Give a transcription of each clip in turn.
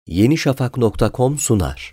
yenişafak.com sunar.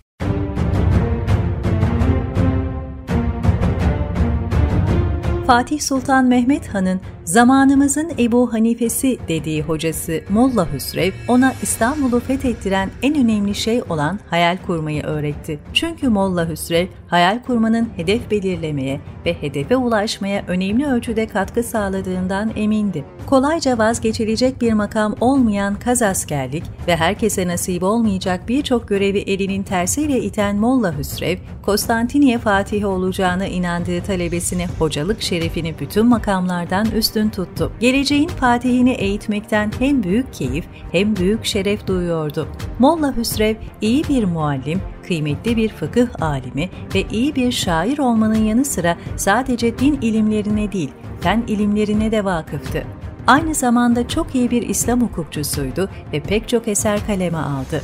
Fatih Sultan Mehmet Han'ın zamanımızın Ebu Hanifesi dediği hocası Molla Hüsrev, ona İstanbul'u fethettiren en önemli şey olan hayal kurmayı öğretti. Çünkü Molla Hüsrev, hayal kurmanın hedef belirlemeye ve hedefe ulaşmaya önemli ölçüde katkı sağladığından emindi. Kolayca vazgeçilecek bir makam olmayan kazaskerlik ve herkese nasip olmayacak birçok görevi elinin tersiyle iten Molla Hüsrev, Konstantiniye Fatihi olacağına inandığı talebesine hocalık şerefini bütün makamlardan üstün tuttu. Geleceğin fatihini eğitmekten hem büyük keyif hem büyük şeref duyuyordu. Molla Hüsrev iyi bir muallim, kıymetli bir fıkıh alimi ve iyi bir şair olmanın yanı sıra sadece din ilimlerine değil, fen ilimlerine de vakıftı. Aynı zamanda çok iyi bir İslam hukukçusuydu ve pek çok eser kaleme aldı.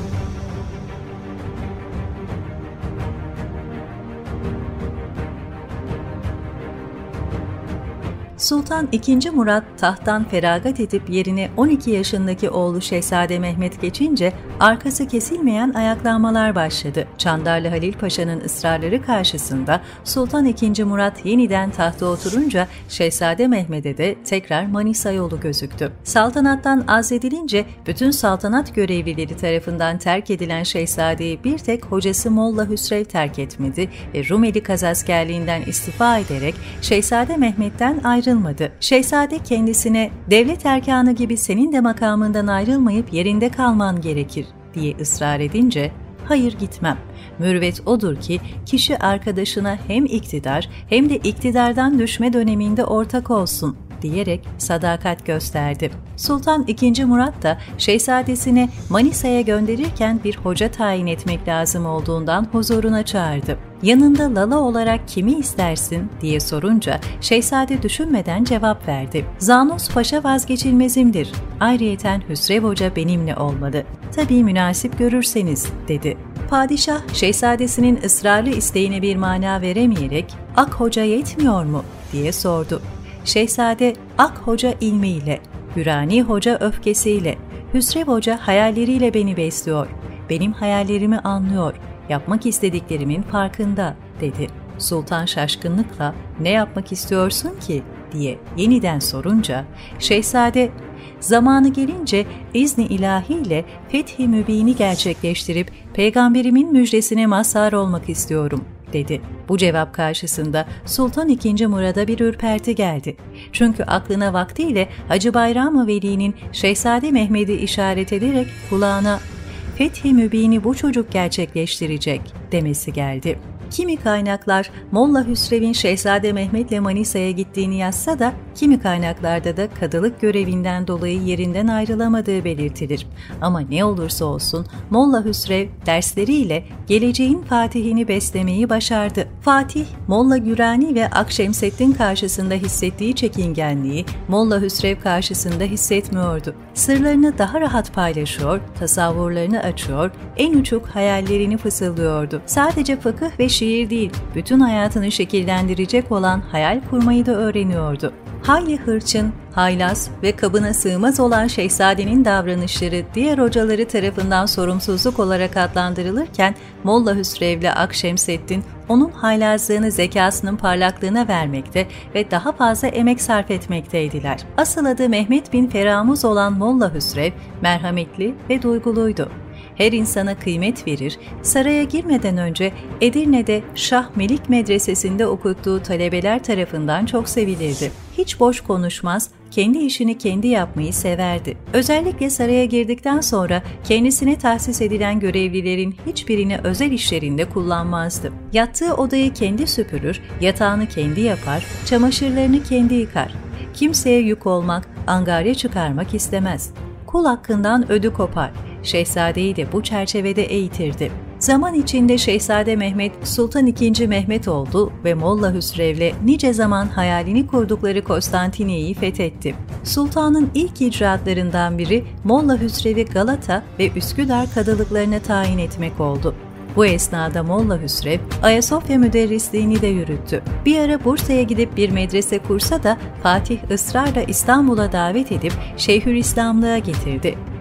Sultan II. Murat tahttan feragat edip yerine 12 yaşındaki oğlu Şehzade Mehmet geçince arkası kesilmeyen ayaklanmalar başladı. Çandarlı Halil Paşa'nın ısrarları karşısında Sultan II. Murat yeniden tahta oturunca Şehzade Mehmet'e de tekrar Manisa yolu gözüktü. Saltanattan azledilince bütün saltanat görevlileri tarafından terk edilen Şehzade'yi bir tek hocası Molla Hüsrev terk etmedi ve Rumeli kazaskerliğinden istifa ederek Şehzade Mehmet'ten ayrılmadı. Şehzade kendisine devlet erkanı gibi senin de makamından ayrılmayıp yerinde kalman gerekir diye ısrar edince hayır gitmem. Mürüvvet odur ki kişi arkadaşına hem iktidar hem de iktidardan düşme döneminde ortak olsun diyerek sadakat gösterdi. Sultan II. Murat da şehzadesini Manisa'ya gönderirken bir hoca tayin etmek lazım olduğundan huzuruna çağırdı. Yanında lala olarak kimi istersin diye sorunca şehzade düşünmeden cevap verdi. Zanos Paşa vazgeçilmezimdir. Ayrıyeten Hüsrev Hoca benimle olmalı. Tabii münasip görürseniz dedi. Padişah şehzadesinin ısrarlı isteğine bir mana veremeyerek Ak Hoca yetmiyor mu diye sordu. Şehzade Ak Hoca ilmiyle, Hürani Hoca öfkesiyle, Hüsrev Hoca hayalleriyle beni besliyor. Benim hayallerimi anlıyor, yapmak istediklerimin farkında dedi. Sultan şaşkınlıkla ne yapmak istiyorsun ki diye yeniden sorunca şehzade zamanı gelince izni ilahiyle fethi mübini gerçekleştirip peygamberimin müjdesine mazhar olmak istiyorum dedi. Bu cevap karşısında Sultan II. Murad'a bir ürperti geldi. Çünkü aklına vaktiyle Hacı Bayram-ı Veli'nin Şehzade Mehmet'i işaret ederek kulağına "Fethi Mübin'i bu çocuk gerçekleştirecek" demesi geldi. Kimi kaynaklar Molla Hüsrev'in Şehzade Mehmet'le Manisa'ya gittiğini yazsa da kimi kaynaklarda da kadılık görevinden dolayı yerinden ayrılamadığı belirtilir. Ama ne olursa olsun Molla Hüsrev dersleriyle geleceğin fatihini beslemeyi başardı. Fatih, Molla Gürani ve Akşemseddin karşısında hissettiği çekingenliği Molla Hüsrev karşısında hissetmiyordu. Sırlarını daha rahat paylaşıyor, tasavvurlarını açıyor, en uçuk hayallerini fısıldıyordu. Sadece fıkıh ve şiir değil, bütün hayatını şekillendirecek olan hayal kurmayı da öğreniyordu. Hayli hırçın, haylaz ve kabına sığmaz olan şehzadenin davranışları diğer hocaları tarafından sorumsuzluk olarak adlandırılırken Molla Hüsrev'le Akşemseddin onun haylazlığını zekasının parlaklığına vermekte ve daha fazla emek sarf etmekteydiler. Asıl adı Mehmet bin Feramuz olan Molla Hüsrev merhametli ve duyguluydu. Her insana kıymet verir, saraya girmeden önce Edirne'de Şah Melik Medresesi'nde okuttuğu talebeler tarafından çok sevilirdi. Hiç boş konuşmaz, kendi işini kendi yapmayı severdi. Özellikle saraya girdikten sonra kendisine tahsis edilen görevlilerin hiçbirini özel işlerinde kullanmazdı. Yattığı odayı kendi süpürür, yatağını kendi yapar, çamaşırlarını kendi yıkar. Kimseye yük olmak, angarya çıkarmak istemez. Kul hakkından ödü kopar. Şehzadeyi de bu çerçevede eğitirdi. Zaman içinde Şehzade Mehmet, Sultan II. Mehmet oldu ve Molla Hüsrev'le nice zaman hayalini kurdukları Konstantiniye'yi fethetti. Sultanın ilk icraatlarından biri Molla Hüsrev'i Galata ve Üsküdar kadılıklarına tayin etmek oldu. Bu esnada Molla Hüsrev, Ayasofya müderrisliğini de yürüttü. Bir ara Bursa'ya gidip bir medrese kursa da Fatih ısrarla İstanbul'a davet edip Şeyhülislamlığa getirdi.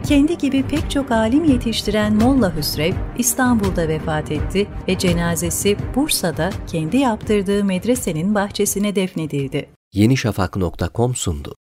Kendi gibi pek çok alim yetiştiren Molla Hüsrev, İstanbul'da vefat etti ve cenazesi Bursa'da kendi yaptırdığı medresenin bahçesine defnedildi. yenişafak.com sundu.